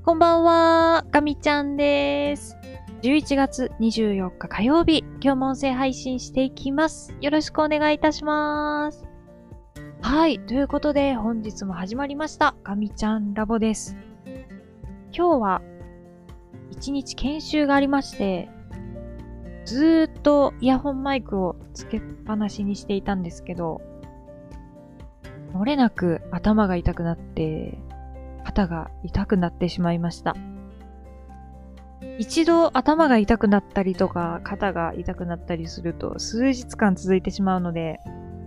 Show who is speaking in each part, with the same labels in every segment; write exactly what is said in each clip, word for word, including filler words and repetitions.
Speaker 1: こんばんは、ガミちゃんです。じゅういちがつにじゅうよっか火曜日、今日も音声配信していきます。よろしくお願いいたします。はい、ということで本日も始まりました、ガミちゃんラボです。今日はいちにち研修がありまして、ずーっとイヤホンマイクをつけっぱなしにしていたんですけど、漏れなく頭が痛くなって、肩が痛くなってしまいました。一度頭が痛くなったりとか肩が痛くなったりすると数日間続いてしまうので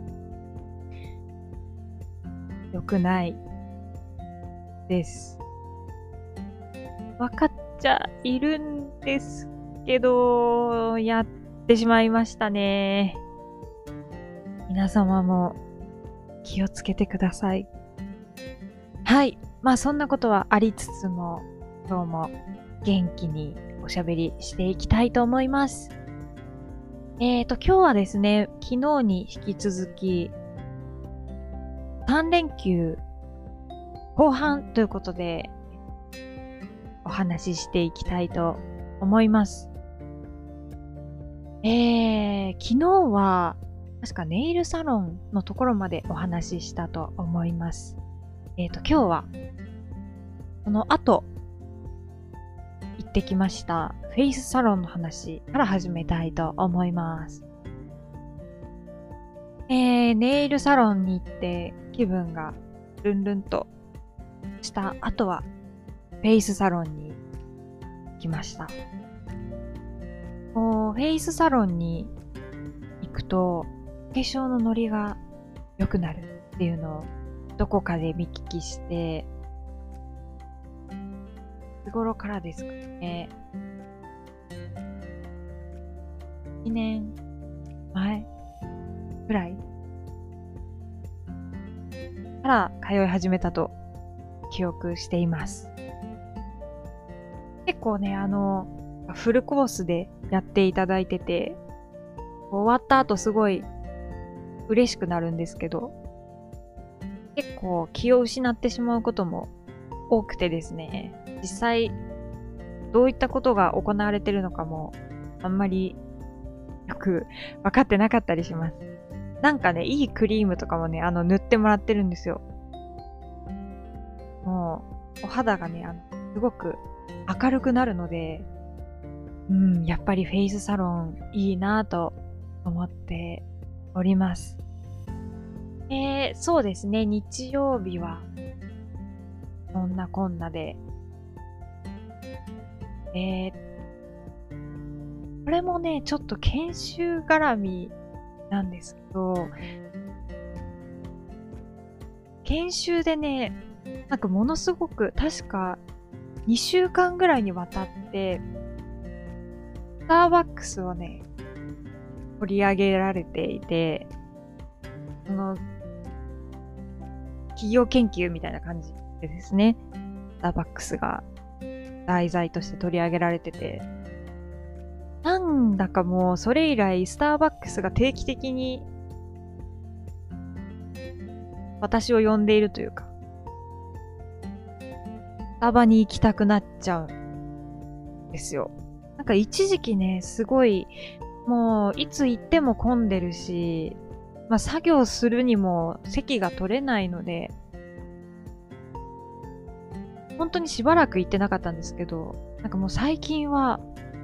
Speaker 1: 良くないです。わかっちゃいるんですけどやってしまいましたね。皆様も気をつけてください。はい。まあそんなことはありつつも、今日も元気におしゃべりしていきたいと思います。えーと、今日はですね、昨日に引き続き、さん連休後半ということで、お話ししていきたいと思います。えー、昨日は、確かネイルサロンのところまでお話ししたと思います。えーと、今日は、その後、行ってきました、フェイスサロンの話から始めたいと思います。えー、ネイルサロンに行って気分がルンルンとした後は、フェイスサロンに来ました。こうフェイスサロンに行くと、化粧のノリが良くなるっていうのをどこかで見聞きして、いつ頃からですかね。いちねんまえくらいから通い始めたと記憶しています。結構ね、あの、フルコースでやっていただいてて、終わった後すごい嬉しくなるんですけど、結構気を失ってしまうことも多くてですね、実際どういったことが行われてるのかもあんまりよく分かってなかったりします。なんかね、いいクリームとかもね、あの塗ってもらってるんですよ。もうお肌がね、あのすごく明るくなるので、うん、やっぱりフェイスサロンいいなぁと思っております。えー、そうですね、日曜日はそんなこんなで、えー、これもね、ちょっと研修絡みなんですけど、研修でね、なんかものすごく、確かにしゅうかんぐらいにわたって、スターバックスをね、取り上げられていて、その、企業研究みたいな感じでですね、スターバックスが題材として取り上げられてて、なんだかもうそれ以来スターバックスが定期的に私を呼んでいるというか、スタバに行きたくなっちゃうんですよ。なんか一時期ね、すごいもういつ行っても混んでるし、まあ作業するにも席が取れないので、本当にしばらく行ってなかったんですけど、なんかもう最近は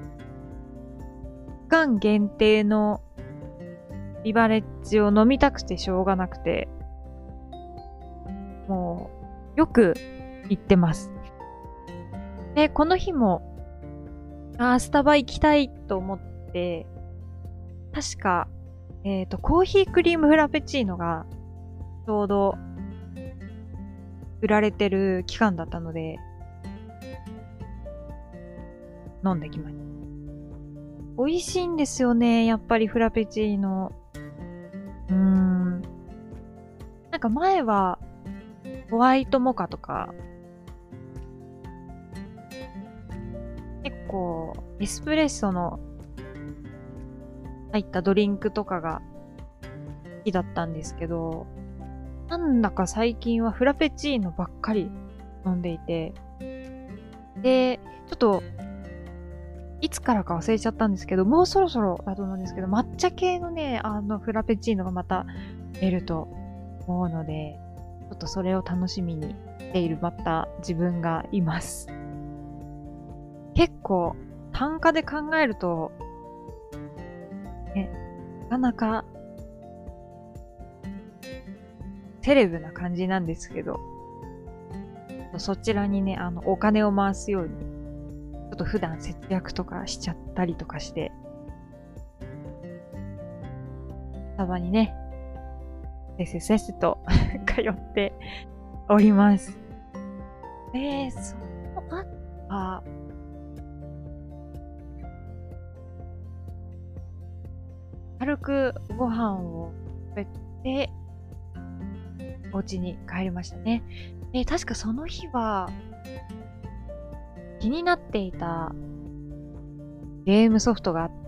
Speaker 1: 期間限定のビバレッジを飲みたくてしょうがなくて、もうよく行ってます。で、この日も、あースタバ行きたいと思って、確か、えっと、コーヒークリームフラペチーノがちょうど売られてる期間だったので、飲んできました。美味しいんですよね、やっぱりフラペチーノ。うーん。なんか前は、ホワイトモカとか、結構、エスプレッソの入ったドリンクとかが好きだったんですけど、なんだか最近はフラペチーノばっかり飲んでいて、 で、ちょっと、いつからか忘れちゃったんですけど、もうそろそろだと思うんですけど、抹茶系のね、あの、フラペチーノがまた出ると思うので、ちょっとそれを楽しみにしているまた自分がいます。結構、単価で考えると、ね、なかなか、セレブな感じなんですけど、そちらにね、あの、お金を回すように、ちょっと普段節約とかしちゃったりとかして、たまにね、せっせせっせと通っております。えー、そのあ、軽くご飯を食べて、お家に帰りましたね。えー、確かその日は、気になっていたゲームソフトがあって、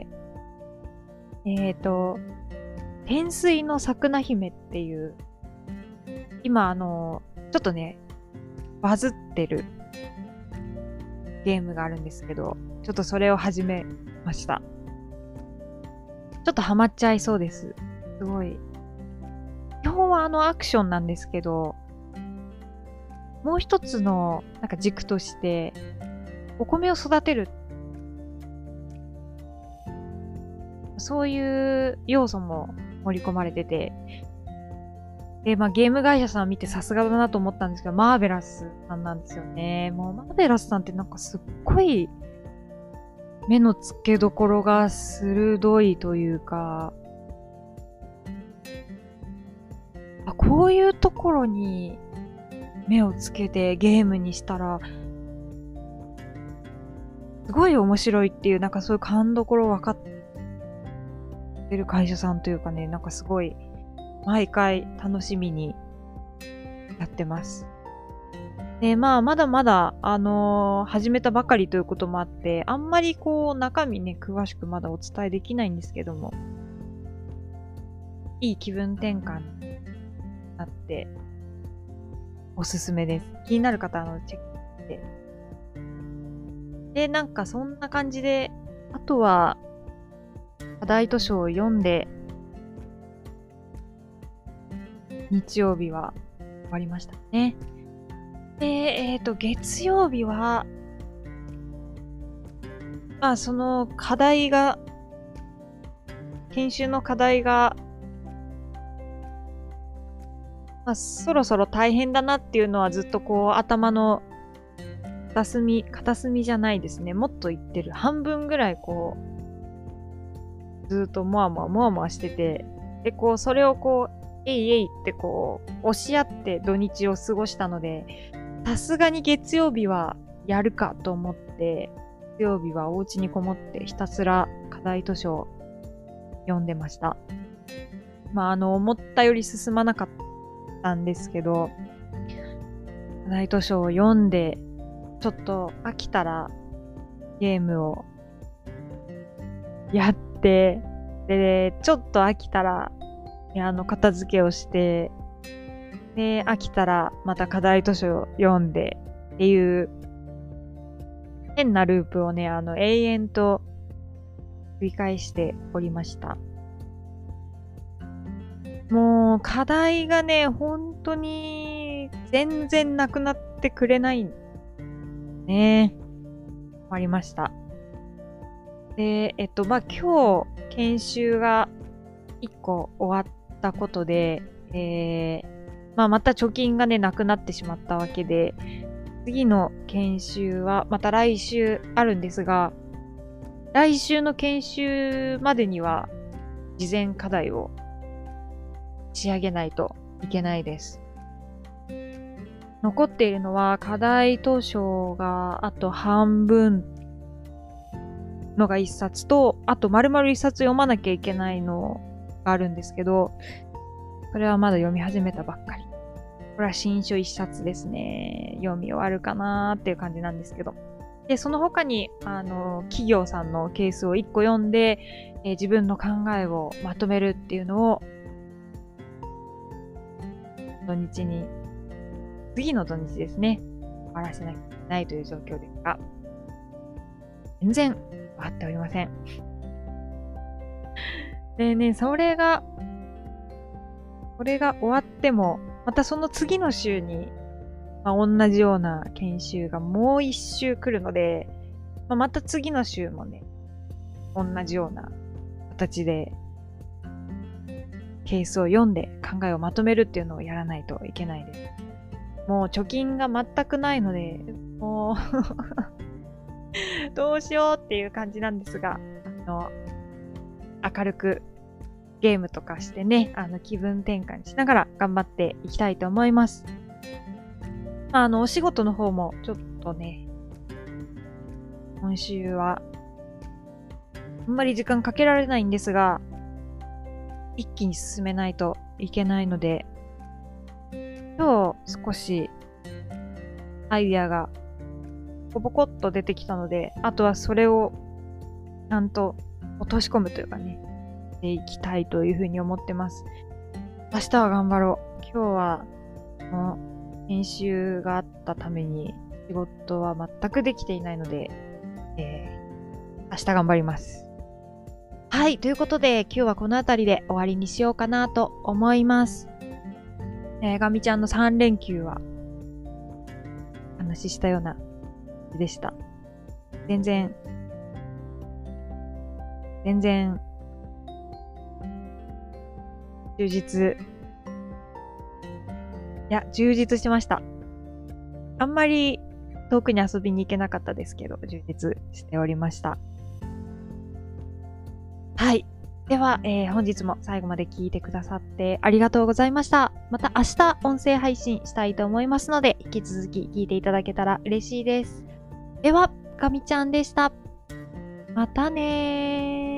Speaker 1: えっと、天水の桜姫っていう、今あの、ちょっとね、バズってるゲームがあるんですけど、ちょっとそれを始めました。ちょっとハマっちゃいそうです。すごい。基本はあのアクションなんですけど、もう一つのなんか軸として、お米を育てる。そういう要素も盛り込まれてて、で、まあゲーム会社さん見てさすがだなと思ったんですけど、マーベラスさんなんですよね。もうマーベラスさんってなんかすっごい目の付けどころが鋭いというか、あ、こういうところに目をつけてゲームにしたら、すごい面白いっていう、なんかそういう勘どころ分かってる会社さんというかね、なんかすごい、毎回楽しみにやってます。で、まあ、まだまだ、あのー始めたばかりということもあって、あんまりこう、中身ね、詳しくまだお伝えできないんですけども、いい気分転換になって、おすすめです。気になる方、あの、チェックして。で、なんかそんな感じで、あとは、課題図書を読んで、日曜日は終わりましたね。で、えっと、月曜日は、まあ、その課題が、研修の課題が、まあ、そろそろ大変だなっていうのはずっとこう頭の片隅、片隅じゃないですね。もっと言ってる。半分ぐらいこう、ずっともわもわもわもわしてて、で、こう、それをこう、えいえいってこう、押し合って土日を過ごしたので、さすがに月曜日はやるかと思って、月曜日はお家にこもってひたすら課題図書を読んでました。まあ、あの、思ったより進まなかったんですけど、課題図書を読んで、ちょっと飽きたらゲームをやって、で、ちょっと飽きたら、あの、片付けをして、で、飽きたらまた課題図書を読んでっていう、変なループをね、あの、永遠と繰り返しておりました。もう、課題がね、本当に全然なくなってくれないね。終わりました。で、えっと、まあ、今日、研修がいっこ終わったことで、えー、まあ、また貯金がね、なくなってしまったわけで、次の研修はまた来週あるんですが、来週の研修までには、事前課題を仕上げないといけないです。残っているのは課題図書があと半分のが一冊と、あと丸々一冊読まなきゃいけないのがあるんですけど、それはまだ読み始めたばっかり。これは新書一冊ですね。読み終わるかなーっていう感じなんですけど。で、その他に、あの、企業さんのケースを一個読んで、えー自分の考えをまとめるっていうのを、土日に、次の土日ですね。 わらせなきゃいけないという状況ですが、全然終わっておりません。でね、それが、これが終わっても、またその次の週に、まあ、同じような研修がもう一週来るので、まあ、また次の週もね、同じような形で、ケースを読んで考えをまとめるっていうのをやらないといけないです。もう貯金が全くないので、もうどうしようっていう感じなんですが、あの、明るくゲームとかしてね、あの気分転換しながら頑張っていきたいと思います。まあ、あの、お仕事の方もちょっとね、今週は、あんまり時間かけられないんですが、一気に進めないといけないので、今日少しアイディアがポコポコっと出てきたので、あとはそれをちゃんと落とし込むというかね、していきたいというふうに思ってます。明日は頑張ろう。今日はもう編集があったために仕事は全くできていないので、えー、明日頑張ります。はい、ということで今日はこの辺りで終わりにしようかなと思います。えー、ガミちゃんのさん連休は話したようなでした。全然、全然、充実。いや、充実しました。あんまり遠くに遊びに行けなかったですけど、充実しておりました。はい。では、えー、本日も最後まで聞いてくださってありがとうございました。また明日音声配信したいと思いますので、引き続き聞いていただけたら嬉しいです。では、ガミちゃんでした。またねー。